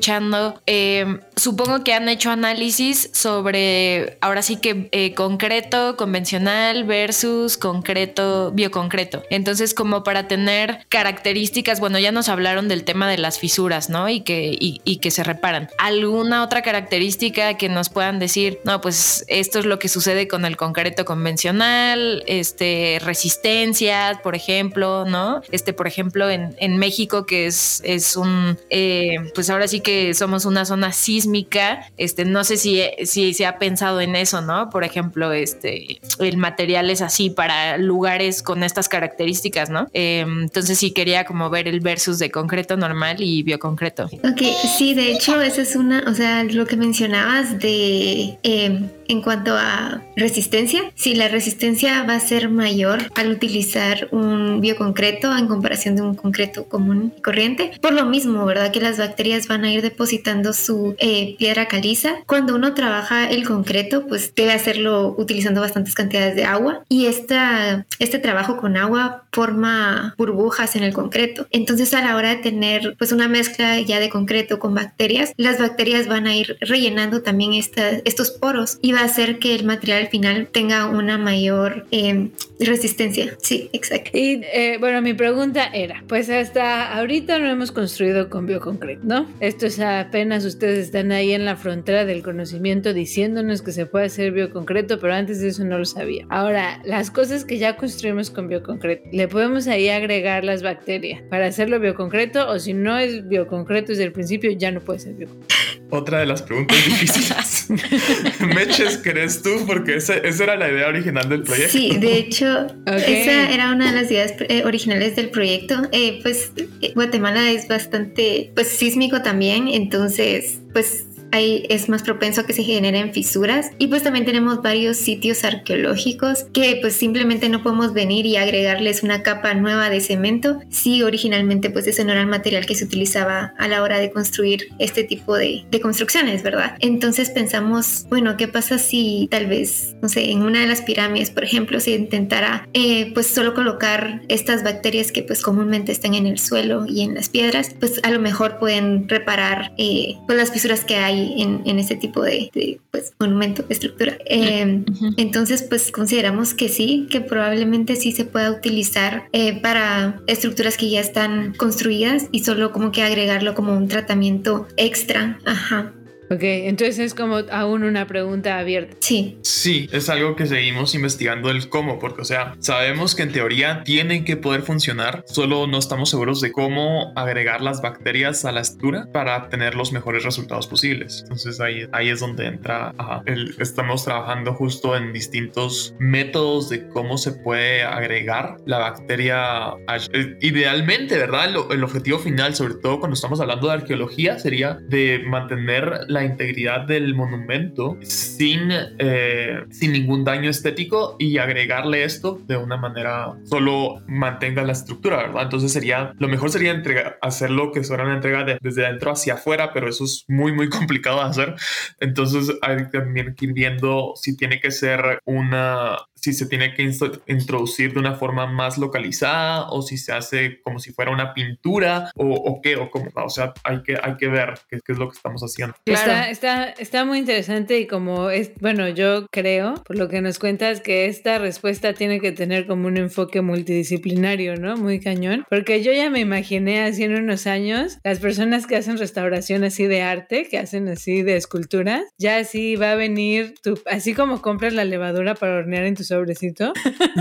Speaker 2: escuchando, eh, supongo que han hecho análisis sobre, ahora sí que eh, concreto convencional versus concreto bioconcreto. Entonces, como para tener características, bueno, ya nos hablaron del tema de las fisuras, ¿no? Y que, y, y que se reparan. ¿Alguna otra característica que nos puedan decir, no, pues esto es lo que sucede con el concreto convencional, este, resistencias, por ejemplo, ¿no? Este, por ejemplo, en, en México, que es, es un, eh, pues ahora sí que somos una zona sísmica, este, no sé si, si se ha pensado en eso, ¿no? Por ejemplo, este, el material es así para lugares con estas características, ¿no? Eh, entonces sí quería como ver el versus de concreto normal y bioconcreto.
Speaker 3: Ok, sí, de hecho, esa es una, o sea, lo que mencionabas de eh, en cuanto a resistencia, sí, la resistencia va a ser mayor al utilizar un bioconcreto en comparación de un concreto común y corriente. Por lo mismo, ¿verdad? Que las bacterias van a ir depositando su eh, piedra caliza. Cuando uno trabaja el concreto, pues debe hacerlo utilizando bastantes cantidades de agua, y esta, este trabajo con agua forma burbujas en el concreto. Entonces, a la hora de tener pues una mezcla ya de concreto con bacterias, las bacterias van a ir rellenando también esta, estos poros, y va a hacer que el material final tenga una mayor eh, resistencia. Sí, exacto.
Speaker 1: Y eh, bueno, mi pregunta era, pues hasta ahorita no hemos construido con bioconcreto, ¿no? Esto es apenas, ustedes están ahí en la frontera del conocimiento diciéndonos que se puede hacer bioconcreto, pero antes de eso no lo sabía. Ahora, las cosas que ya construimos con bioconcreto, ¿le podemos ahí agregar las bacterias para hacerlo bioconcreto? O si no es bioconcreto desde el principio, ya no puede ser bioconcreto.
Speaker 4: Otra de las preguntas difíciles. Meches, ¿crees tú? Porque esa, esa era la idea original del proyecto.
Speaker 3: Sí, de hecho,
Speaker 1: okay.
Speaker 3: Esa era una de las ideas eh, originales del proyecto. Eh, pues Guatemala es bastante pues sísmico también, entonces pues ahí es más propenso a que se generen fisuras, y pues también tenemos varios sitios arqueológicos que pues simplemente no podemos venir y agregarles una capa nueva de cemento si originalmente pues ese no era el material que se utilizaba a la hora de construir este tipo de, de construcciones, ¿verdad? Entonces pensamos, bueno, ¿qué pasa si tal vez, no sé, en una de las pirámides, por ejemplo, se intentara eh, pues solo colocar estas bacterias que pues comúnmente están en el suelo y en las piedras? Pues a lo mejor pueden reparar eh, pues las fisuras que hay En, en este tipo de, de pues, monumento, de estructura. Eh, uh-huh. Entonces, pues consideramos que sí, que probablemente sí se pueda utilizar eh, para estructuras que ya están construidas y solo como que agregarlo como un tratamiento extra. Ajá.
Speaker 1: Ok, entonces es como aún una pregunta abierta.
Speaker 3: Sí.
Speaker 4: Sí, es algo que seguimos investigando el cómo, porque, o sea, sabemos que en teoría tienen que poder funcionar, solo no estamos seguros de cómo agregar las bacterias a la estructura para tener los mejores resultados posibles. Entonces ahí, ahí es donde entra, ajá, el, estamos trabajando justo en distintos métodos de cómo se puede agregar la bacteria. Idealmente, ¿verdad? El, el objetivo final, sobre todo cuando estamos hablando de arqueología, sería de mantener la integridad del monumento sin, eh, sin ningún daño estético, y agregarle esto de una manera solo mantenga la estructura, ¿verdad? Entonces sería, lo mejor sería entrega, hacerlo que fuera una entrega de, desde adentro hacia afuera, pero eso es muy muy complicado de hacer. Entonces hay también que ir viendo si tiene que ser una, si se tiene que introducir de una forma más localizada, o si se hace como si fuera una pintura, o, o qué, o cómo, o sea, hay que, hay que ver qué, qué es lo que estamos haciendo.
Speaker 1: Claro. Está, está, está muy interesante, y como es, bueno, yo creo, por lo que nos cuentas, que esta respuesta tiene que tener como un enfoque multidisciplinario, ¿no? Muy cañón, porque yo ya me imaginé así en unos años, las personas que hacen restauración así de arte, que hacen así de esculturas, ya así va a venir, tu, así como compras la levadura para hornear en tu sobrecito.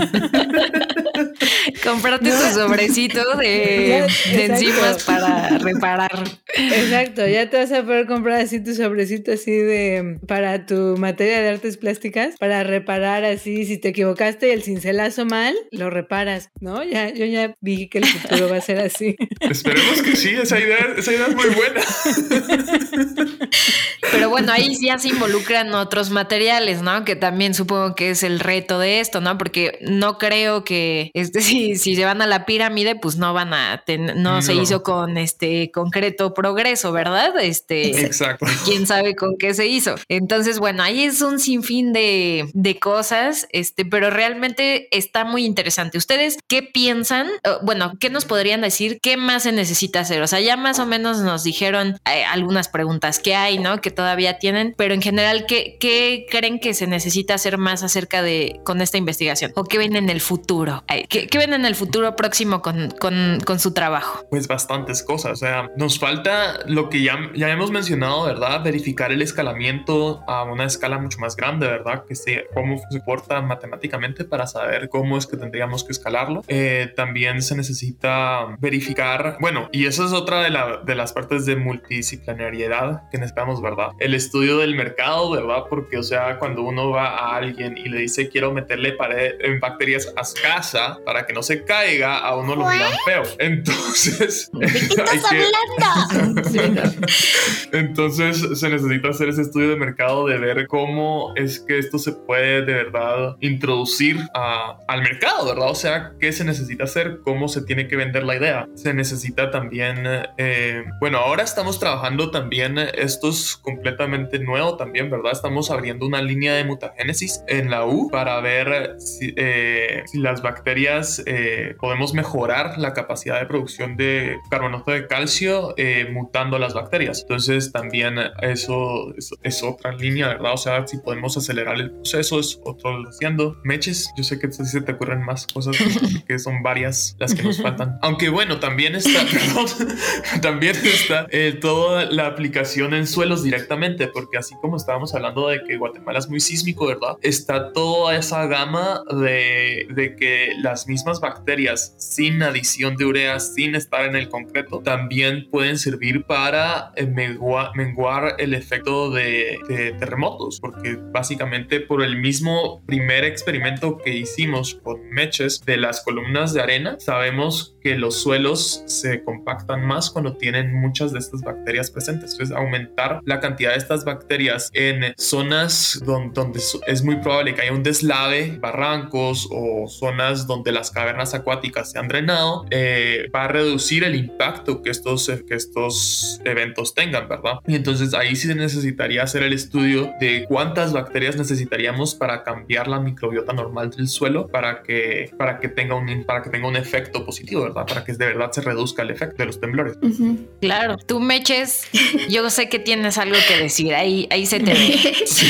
Speaker 2: Comprarte no. tu sobrecito de, de enzimas para reparar.
Speaker 1: Exacto, ya te vas a poder comprar así tu sobrecito así de para tu materia de artes plásticas, para reparar así, si te equivocaste y el cincelazo mal, lo reparas, ¿no? Ya, yo ya vi que el futuro va a ser así.
Speaker 4: Esperemos que sí, esa idea, esa idea es muy buena.
Speaker 2: Pero bueno, bueno, ahí ya se involucran otros materiales, ¿no? Que también supongo que es el reto de esto, ¿no? Porque no creo que este, si, si se van a la pirámide, pues no van a tener, no, no se hizo con este concreto progreso, ¿verdad? Este,
Speaker 4: exacto.
Speaker 2: Quién sabe con qué se hizo. Entonces, bueno, ahí es un sinfín de, de cosas, este, pero realmente está muy interesante. ¿Ustedes qué piensan? Bueno, ¿qué nos podrían decir? ¿Qué más se necesita hacer? O sea, ya más o menos nos dijeron eh, algunas preguntas que hay, ¿no? Que todavía tienen, pero en general, ¿qué, qué creen que se necesita hacer más acerca de con esta investigación? ¿O qué ven en el futuro? ¿Qué, qué ven en el futuro próximo con, con, con su trabajo?
Speaker 4: Pues bastantes cosas. O sea, nos falta lo que ya, ya hemos mencionado, ¿verdad? Verificar el escalamiento a una escala mucho más grande, ¿verdad? Que se, cómo se porta matemáticamente para saber cómo es que tendríamos que escalarlo. Eh, también se necesita verificar, bueno, y esa es otra de, la, de las partes de multidisciplinariedad que necesitamos, ¿verdad? El estudio del mercado, ¿verdad? Porque, o sea, cuando uno va a alguien y le dice quiero meterle pared, en bacterias a su casa para que no se caiga, a uno lo miran feo. Entonces,
Speaker 2: ¿de qué estás hablando?
Speaker 4: Sí, no. Entonces se necesita hacer ese estudio de mercado de ver cómo es que esto se puede de verdad introducir a, al mercado, ¿verdad? O sea, qué se necesita hacer, cómo se tiene que vender la idea. Se necesita también, eh, bueno, ahora estamos trabajando también, esto es completamente nuevo también, ¿verdad? Estamos abriendo una línea de mutagénesis en la U para ver si, eh, si las bacterias eh, podemos mejorar la capacidad de producción de carbonato de calcio eh, mutando las bacterias. Entonces también eso es, es otra línea, ¿verdad? O sea, si podemos acelerar el proceso es otro haciendo. Meches, yo sé que si se te ocurren más cosas que son varias las que nos faltan. Aunque bueno, también está, perdón, también está eh, toda la aplicación en suelos directamente, porque así como estábamos hablando de que Guatemala es muy sísmico, ¿verdad? Está toda esa gama de, de que las mismas bacterias sin adición de urea, sin estar en el concreto, también pueden servir para eh, menguar, menguar el efecto de, de terremotos, porque básicamente por el mismo primer experimento que hicimos con Meches de las columnas de arena, sabemos que los suelos se compactan más cuando tienen muchas de estas bacterias presentes. Entonces, aumentar la cantidad de estas bacterias en zonas donde, donde es muy probable que haya un deslave, barrancos o zonas donde las cavernas acuáticas se han drenado, eh, va a reducir el impacto que estos, que estos eventos tengan, ¿verdad? Y entonces ahí sí se necesitaría hacer el estudio de cuántas bacterias necesitaríamos para cambiar la microbiota normal del suelo para que, para que, tenga, un, para que tenga un efecto positivo, ¿verdad? Para que de verdad se reduzca el efecto de los temblores.
Speaker 3: Uh-huh.
Speaker 2: Claro. Tú, Meches, yo sé que tienes algo que decir. Ahí, ahí se te ve.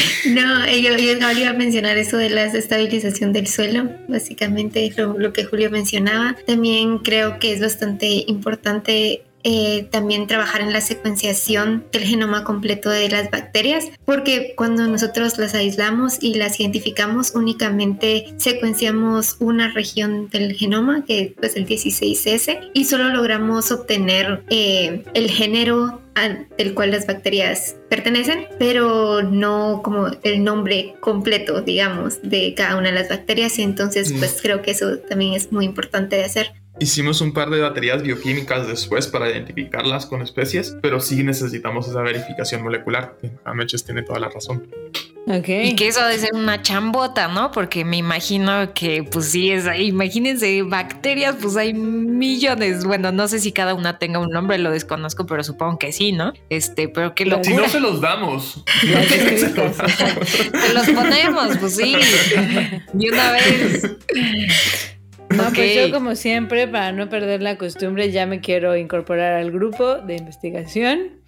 Speaker 3: No, yo, yo iba a mencionar eso de la estabilización del suelo, básicamente lo, lo que Julio mencionaba. También creo que es bastante importante Eh, también trabajar en la secuenciación del genoma completo de las bacterias, porque cuando nosotros las aislamos y las identificamos, únicamente secuenciamos una región del genoma, que es pues, el dieciséis ese, y solo logramos obtener eh, el género del cual las bacterias pertenecen, pero no como el nombre completo, digamos, de cada una de las bacterias. Entonces, pues creo que eso también es muy importante de hacer.
Speaker 4: Hicimos un par de baterías bioquímicas después para identificarlas con especies, pero sí necesitamos esa verificación molecular. Meches tiene toda la razón.
Speaker 2: Okay. Y que eso debe ser una chambota, ¿no? Porque me imagino que, pues sí, es ahí. Imagínense, bacterias, pues hay millones. Bueno, no sé si cada una tenga un nombre, lo desconozco, pero supongo que sí, ¿no? Este, pero qué locura.
Speaker 4: Si no se los damos.
Speaker 2: Se los ponemos, pues sí. De una vez.
Speaker 1: No,
Speaker 2: okay.
Speaker 1: Pues yo como siempre, para no perder la costumbre, ya me quiero incorporar al grupo de investigación.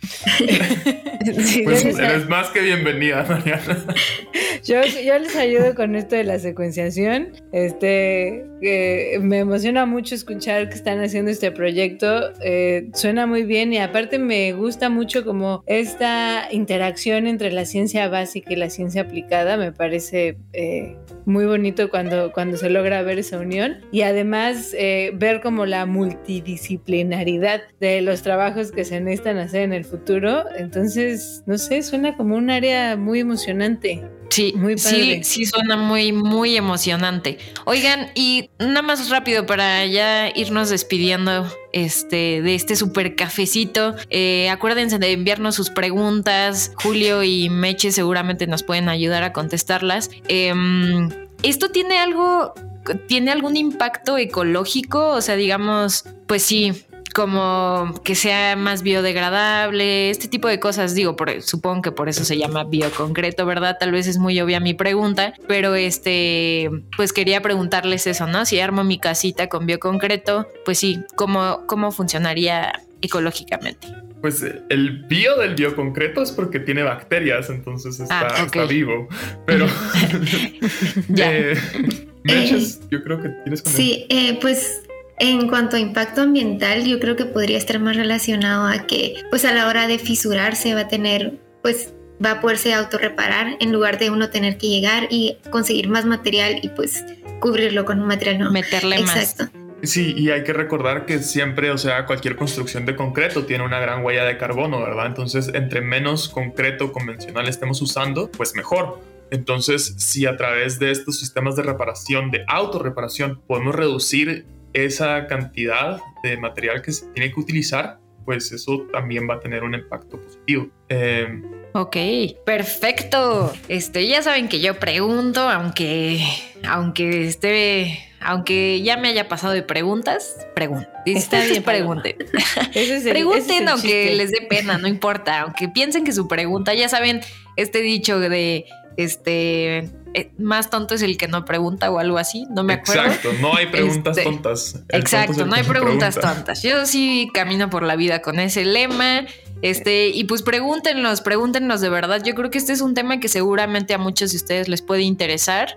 Speaker 4: Sí, pues eres les... más que bienvenida, Mariana.
Speaker 1: Yo, yo les ayudo con esto de la secuenciación. Este, eh, me emociona mucho escuchar que están haciendo este proyecto. Eh, suena muy bien y aparte me gusta mucho como esta interacción entre la ciencia básica y la ciencia aplicada. Me parece eh, muy bonito cuando, cuando se logra ver esa unión. Y además eh, ver como la multidisciplinaridad de los trabajos que se necesitan hacer en el futuro. Entonces, no sé, suena como un área muy emocionante.
Speaker 2: Sí,
Speaker 1: Muy
Speaker 2: sí,
Speaker 1: padre.
Speaker 2: sí suena muy, muy emocionante. Oigan, y nada más rápido para ya irnos despidiendo este, de este super cafecito. Eh, acuérdense de enviarnos sus preguntas. Julio y Meche seguramente nos pueden ayudar a contestarlas. Eh, ¿Esto tiene algo, tiene algún impacto ecológico? O sea, digamos, pues sí, como que sea más biodegradable, este tipo de cosas. Digo, por, supongo que por eso se llama bioconcreto, ¿verdad? Tal vez es muy obvia mi pregunta, pero este, pues quería preguntarles eso, ¿no? Si armo mi casita con bioconcreto, pues sí, ¿cómo, cómo funcionaría ecológicamente?
Speaker 4: Pues el bio del bioconcreto es porque tiene bacterias, entonces está,
Speaker 2: ah, okay.
Speaker 4: está vivo. Pero
Speaker 2: ya.
Speaker 4: eh, Meches, eh, yo creo que tienes con
Speaker 3: Sí, eh, pues en cuanto a impacto ambiental, yo creo que podría estar más relacionado a que, pues a la hora de fisurarse va a tener, pues va a poderse autorreparar en lugar de uno tener que llegar y conseguir más material y pues cubrirlo con un material no.
Speaker 2: Meterle
Speaker 3: Exacto.
Speaker 2: más.
Speaker 4: Sí, y hay que recordar que siempre, o sea, cualquier construcción de concreto tiene una gran huella de carbono, ¿verdad? Entonces, entre menos concreto convencional estemos usando, pues mejor. Entonces, si a través de estos sistemas de reparación, de autorreparación, podemos reducir esa cantidad de material que se tiene que utilizar, pues eso también va a tener un impacto positivo. Eh,
Speaker 2: ok, perfecto. Este, ya saben que yo pregunto, aunque, aunque esté, aunque ya me haya pasado de preguntas, pregunto.
Speaker 1: Está bien,
Speaker 2: pregunten.
Speaker 1: Ese es el,
Speaker 2: pregunten,
Speaker 1: ese es el
Speaker 2: aunque
Speaker 1: chiste.
Speaker 2: les dé pena, no importa. Aunque piensen que su pregunta, ya saben, este dicho de este. Eh, más tonto es el que no pregunta o algo así, no me acuerdo.
Speaker 4: Exacto, no hay preguntas
Speaker 2: este,
Speaker 4: tontas. El
Speaker 2: exacto,
Speaker 4: tonto
Speaker 2: no hay preguntas
Speaker 4: pregunta.
Speaker 2: tontas. Yo sí camino por la vida con ese lema. Este, y pues pregúntenos, pregúntenos de verdad. Yo creo que este es un tema que seguramente a muchos de ustedes les puede interesar.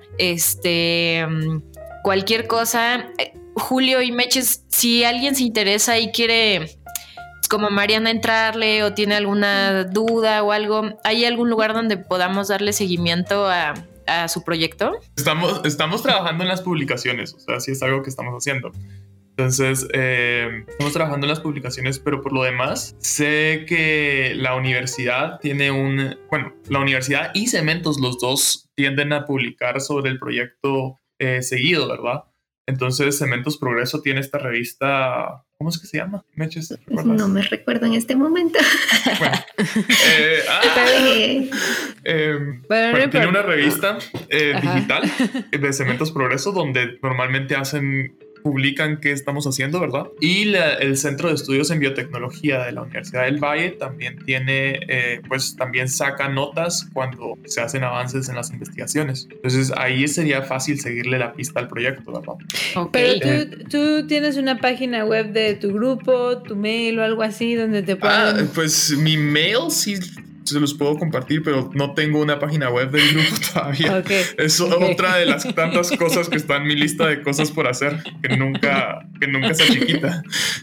Speaker 2: Este, cualquier cosa. Eh, Julio y Meches, si alguien se interesa y quiere, como Mariana, entrarle o tiene alguna duda o algo, ¿hay algún lugar donde podamos darle seguimiento a, a su proyecto?
Speaker 4: Estamos, estamos trabajando en las publicaciones, o sea, sí es algo que estamos haciendo. Entonces, eh, estamos trabajando en las publicaciones, pero por lo demás, sé que la universidad tiene un... Bueno, la universidad y Cementos, los dos tienden a publicar sobre el proyecto eh, seguido, ¿verdad? Entonces, Cementos Progreso tiene esta revista... ¿Cómo es que se llama? ¿Meches?
Speaker 3: No me recuerdo en este momento.
Speaker 4: Bueno, eh, ah,
Speaker 3: eh,
Speaker 4: eh,
Speaker 1: bueno,
Speaker 4: bueno,
Speaker 1: no
Speaker 4: tiene una revista eh,
Speaker 1: Ajá.
Speaker 4: digital de Cementos Progreso donde normalmente hacen... publican qué estamos haciendo, ¿verdad? Y la, el Centro de Estudios en Biotecnología de la Universidad del Valle también tiene, eh, pues también saca notas cuando se hacen avances en las investigaciones. Entonces ahí sería fácil seguirle la pista al proyecto, ¿verdad?
Speaker 2: Okay.
Speaker 1: Pero tú, tú tienes una página web de tu grupo, tu mail o algo así donde te puedan...
Speaker 4: Ah, pues mi mail sí se los puedo compartir, pero no tengo una página web del grupo todavía.
Speaker 1: Okay.
Speaker 4: Es
Speaker 1: Okay.
Speaker 4: otra de las tantas cosas que está en mi lista de cosas por hacer, que nunca, que nunca sea chiquita.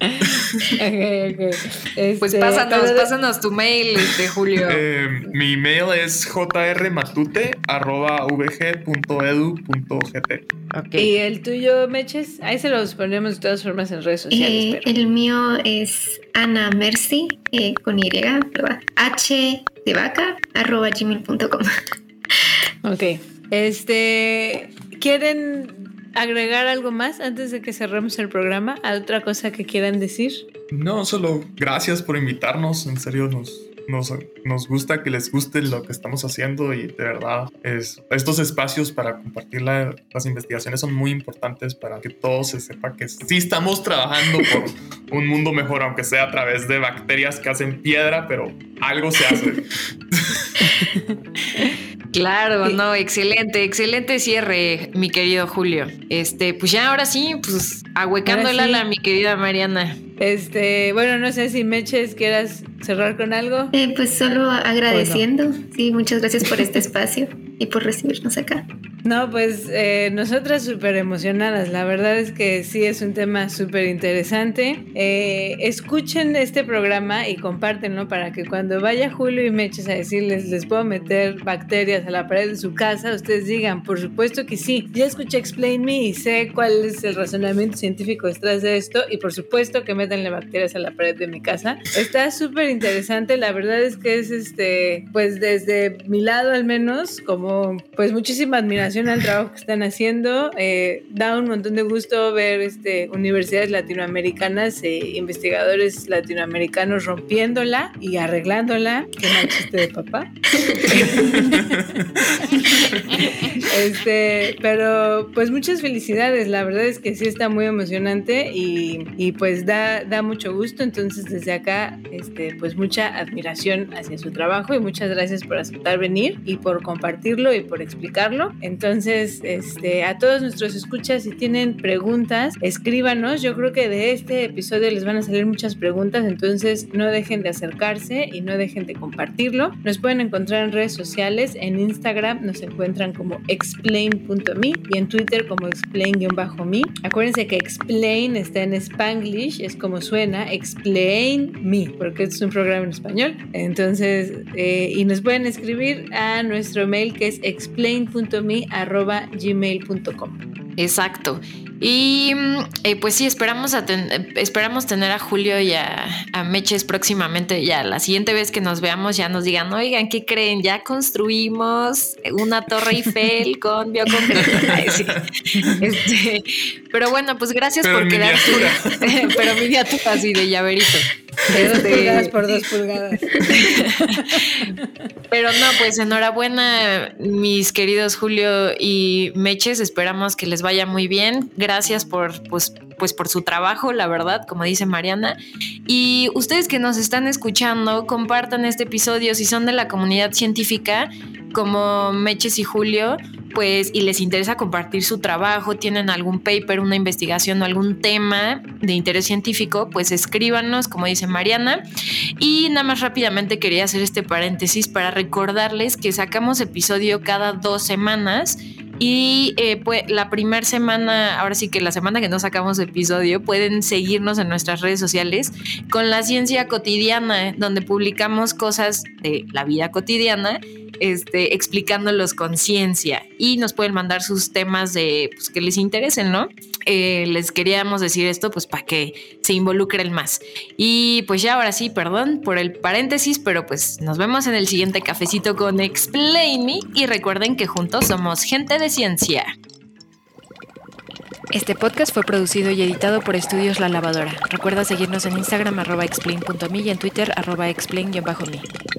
Speaker 1: Okay, okay. Este,
Speaker 2: Pues pásanos,
Speaker 1: pero-
Speaker 2: pásanos tu mail, este, Julio.
Speaker 4: Eh, mi email es jrmatute arroba v g punto edu punto g t.
Speaker 2: Okay.
Speaker 1: ¿Y el tuyo, Meches? Ahí se los ponemos de todas formas en redes sociales.
Speaker 3: eh,
Speaker 1: pero...
Speaker 3: el mío es Ana Mercy, eh, con Y, ¿verdad? H de vaca, arroba gmail punto com.
Speaker 1: Ok. Este, ¿quieren agregar algo más antes de que cerremos el programa? ¿Otra cosa que quieran decir?
Speaker 4: No, solo gracias por invitarnos. En serio, nos, nos, nos gusta que les guste lo que estamos haciendo y de verdad es, estos espacios para compartir la, las investigaciones son muy importantes para que todo se sepa que sí estamos trabajando por un mundo mejor, aunque sea a través de bacterias que hacen piedra, pero algo se hace.
Speaker 2: Claro,
Speaker 1: Sí.
Speaker 2: no, excelente, excelente cierre, mi querido Julio. Este, pues ya ahora sí, pues ahuecando el
Speaker 1: Ahora sí.
Speaker 2: ala, mi querida Mariana.
Speaker 1: Este, bueno, no sé si Meches quieras cerrar con algo.
Speaker 3: Eh, pues solo agradeciendo. Sí, muchas gracias por este espacio y por recibirnos acá.
Speaker 1: No, pues eh, nosotras súper emocionadas. La verdad es que sí es un tema súper interesante. Eh, escuchen este programa y compártenlo para que cuando vaya Julio y Meches a decirles les puedo meter bacterias a la pared de su casa, ustedes digan, por supuesto que sí. Ya escuché Explain Me y sé cuál es el razonamiento científico detrás de esto y por supuesto que métanle bacterias a la pared de mi casa. Está súper interesante. La verdad es que es este, pues desde mi lado al menos, como pues muchísima admiración al trabajo que están haciendo. Eh, da un montón de gusto ver este, universidades latinoamericanas e investigadores latinoamericanos rompiéndola y arreglándola. Qué mal chiste de papá. este, pero pues muchas felicidades. La verdad es que sí está muy emocionante y, y pues da, da mucho gusto. Entonces desde acá este, pues mucha admiración hacia su trabajo y muchas gracias por aceptar venir y por compartirlo y por explicarlo. Entonces, este, a todos nuestros escuchas, si tienen preguntas, escríbanos. Yo creo que de este episodio les van a salir muchas preguntas, entonces no dejen de acercarse y no dejen de compartirlo. Nos pueden encontrar en redes sociales. En Instagram nos encuentran como explain punto me y en Twitter como explain-me. Acuérdense que explain está en Spanglish, es como suena, explain me, porque este es un programa en español. Entonces, eh, y nos pueden escribir a nuestro mail que es explain punto me arroba gmail punto com.
Speaker 2: Exacto. Y eh, pues sí, esperamos, a ten- esperamos tener a Julio y a, a Meches próximamente. Ya la siguiente vez que nos veamos ya nos digan, oigan, ¿qué creen? Ya construimos una torre Eiffel con bioconcreto. Ay, sí. este, pero bueno, pues gracias
Speaker 4: pero
Speaker 2: por quedarte. Pero miniatura así de llaverito.
Speaker 1: De dos pulgadas por dos pulgadas.
Speaker 2: Pero no, pues enhorabuena, mis queridos Julio y Meches. Esperamos que les vaya muy bien. Gracias por, pues, pues por su trabajo, la verdad, como dice Mariana. Y ustedes que nos están escuchando, compartan este episodio si son de la comunidad científica, como Meches y Julio, pues, y les interesa compartir su trabajo, tienen algún paper, una investigación o algún tema de interés científico, pues escríbanos, como dice Mariana. Y nada más rápidamente quería hacer este paréntesis para recordarles que sacamos episodio cada dos semanas. Y eh, pues la primera semana, ahora sí que la semana que no sacamos episodio, pueden seguirnos en nuestras redes sociales con La Ciencia Cotidiana, donde publicamos cosas de la vida cotidiana, este, explicándolos con ciencia, y nos pueden mandar sus temas de pues, que les interesen, ¿no? Eh, les queríamos decir esto pues para que se involucren más. Y pues ya ahora sí, perdón por el paréntesis, pero pues nos vemos en el siguiente cafecito con Explain Me, y recuerden que juntos somos gente de ciencia.
Speaker 6: Este podcast fue producido y editado por Estudios La Lavadora. Recuerda seguirnos en Instagram arroba explain punto me y en Twitter arroba explain-me.